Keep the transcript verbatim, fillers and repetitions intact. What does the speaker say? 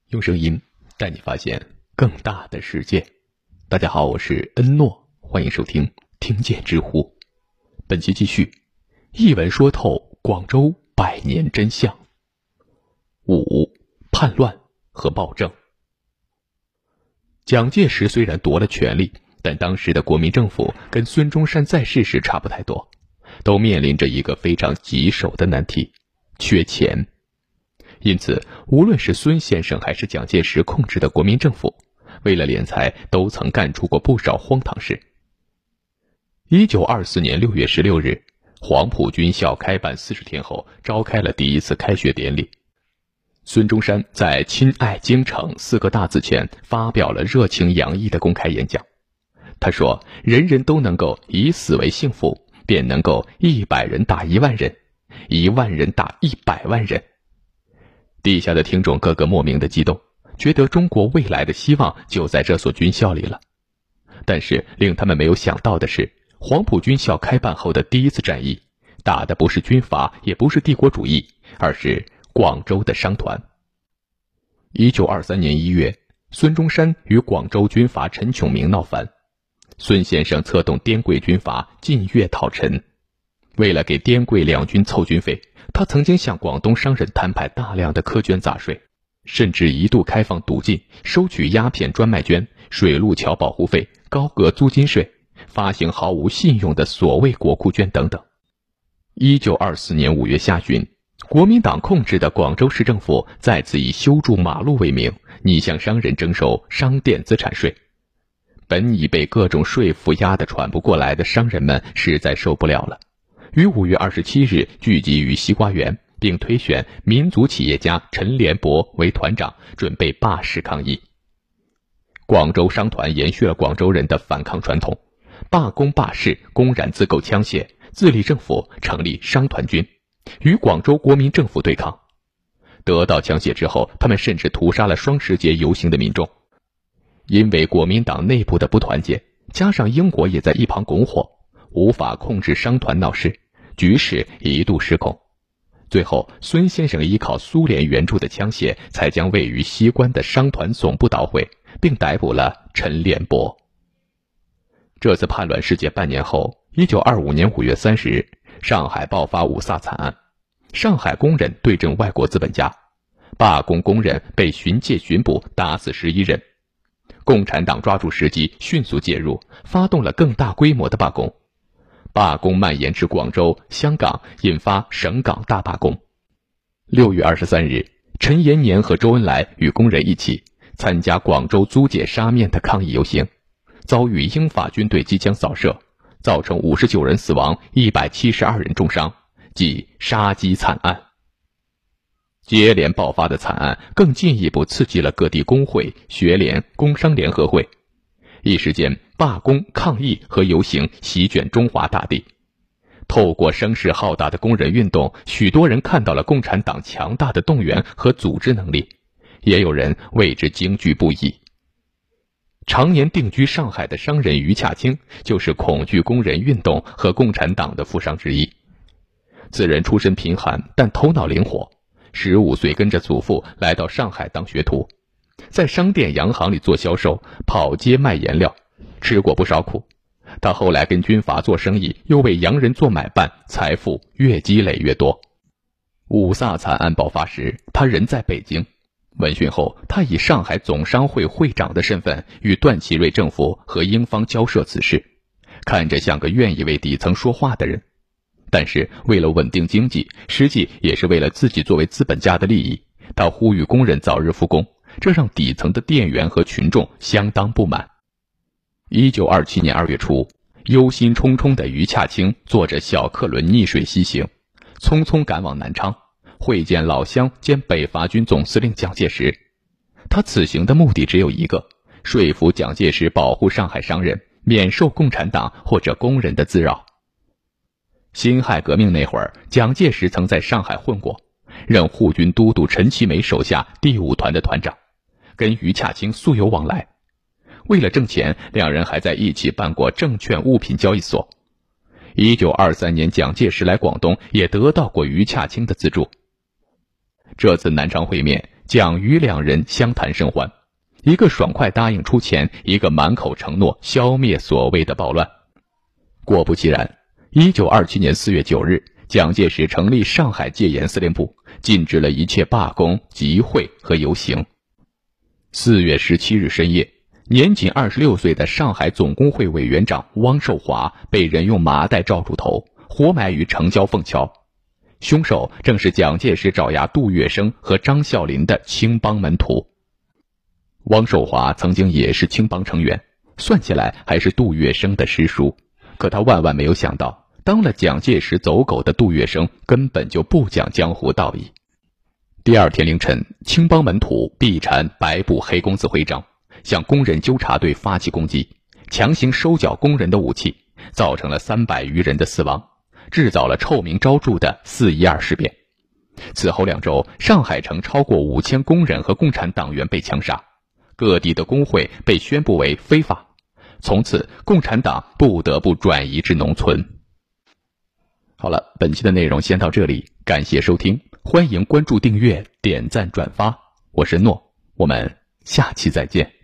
用声音带你发现更大的世界。大家好，我是恩诺，欢迎收听听见知乎。本期继续，一文说透广州百年真相。五、叛乱和暴政。蒋介石虽然夺了权力，但当时的国民政府跟孙中山在世时差不太多，都面临着一个非常棘手的难题：缺钱。因此，无论是孙先生还是蒋介石控制的国民政府，为了敛财，都曾干出过不少荒唐事。一九二四年六月十六日，黄埔军校开办四十天后，召开了第一次开学典礼。孙中山在“亲爱京城”四个大字前发表了热情洋溢的公开演讲。他说：“人人都能够以死为幸福，便能够一百人打一万人，一万人打一百万人。”地下的听众个个莫名的激动，觉得中国未来的希望就在这所军校里了。但是令他们没有想到的是，黄埔军校开办后的第一次战役，打的不是军阀，也不是帝国主义，而是广州的商团。一九二三年一月，孙中山与广州军阀陈炯明闹翻，孙先生策动滇桂军阀进粤讨陈。为了给滇桂两军凑军费，他曾经向广东商人摊派大量的苛捐杂税，甚至一度开放赌禁，收取鸦片专卖捐、水陆桥保护费、高额租金税，发行毫无信用的所谓国库券等等。一九二四年五月下旬，国民党控制的广州市政府再次以修筑马路为名，拟向商人征收商店资产税。本已被各种税负压得喘不过来的商人们实在受不了了，于五月二十七日聚集于西瓜园，并推选民族企业家陈联博为团长，准备罢市抗议。广州商团延续了广州人的反抗传统，罢工罢市，公然自购枪械，自立政府，成立商团军，与广州国民政府对抗。得到枪械之后，他们甚至屠杀了双十节游行的民众。因为国民党内部的不团结，加上英国也在一旁拱火，无法控制商团闹事，局势一度失控。最后，孙先生依靠苏联援助的枪械，才将位于西关的商团总部捣毁，并逮捕了陈联博。这次叛乱事件半年后，一九二五年五月三十日，上海爆发五卅惨案，上海工人对阵外国资本家，罢工工人被巡界巡捕，打死十一人。共产党抓住时机，迅速介入，发动了更大规模的罢工。罢工蔓延至广州、香港，引发省港大罢工。六月二十三日，陈延年和周恩来与工人一起参加广州租界沙面的抗议游行，遭遇英法军队机枪扫射，造成五十九人死亡，一百七十二人重伤，即沙基惨案。接连爆发的惨案更进一步刺激了各地工会、学联、工商联合会。一时间，罢工、抗议和游行席卷中华大地。透过声势浩大的工人运动，许多人看到了共产党强大的动员和组织能力，也有人为之惊惧不已。常年定居上海的商人余洽清，就是恐惧工人运动和共产党的富商之一。此人出身贫寒，但头脑灵活。十五岁跟着祖父来到上海当学徒，在商店洋行里做销售，跑街卖颜料，吃过不少苦。他后来跟军阀做生意，又为洋人做买办，财富越积累越多。五卅惨案爆发时，他人在北京。闻讯后，他以上海总商会会长的身份与段祺瑞政府和英方交涉此事，看着像个愿意为底层说话的人。但是为了稳定经济，实际也是为了自己作为资本家的利益，他呼吁工人早日复工，这让底层的店员和群众相当不满。一九二七年二月初，忧心忡忡的余洽清坐着小客轮逆水西行，匆匆赶往南昌，会见老乡兼北伐军总司令蒋介石。他此行的目的只有一个，说服蒋介石保护上海商人，免受共产党或者工人的滋扰。辛亥革命那会儿，蒋介石曾在上海混过，任护军都督陈其美手下第五团的团长，跟余洽清素有往来。为了挣钱，两人还在一起办过证券物品交易所。一九二三年蒋介石来广东，也得到过余洽清的资助。 这次南昌会面，蒋于两人相谈甚欢，一个爽快答应出钱，一个满口承诺消灭所谓的暴乱。果不其然，一九二七年四月九日，蒋介石成立上海戒严司令部，禁止了一切罢工、集会和游行。四月十七日深夜，年仅二十六岁的上海总工会委员长汪寿华被人用麻袋罩住头，活埋于城郊凤桥。凶手正是蒋介石爪牙杜月笙和张啸林的青帮门徒。汪寿华曾经也是青帮成员，算起来还是杜月笙的师叔，可他万万没有想到，当了蒋介石走狗的杜月笙根本就不讲江湖道义。第二天凌晨，青帮门徒臂缠白布黑工字徽章，向工人纠察队发起攻击，强行收缴工人的武器，造成了三百余人的死亡，制造了臭名昭著的四一二事变。此后两周，上海城超过五千工人和共产党员被枪杀，各地的工会被宣布为非法，从此共产党不得不转移至农村。好了，本期的内容先到这里，感谢收听，欢迎关注订阅点赞转发，我是诺，我们下期再见。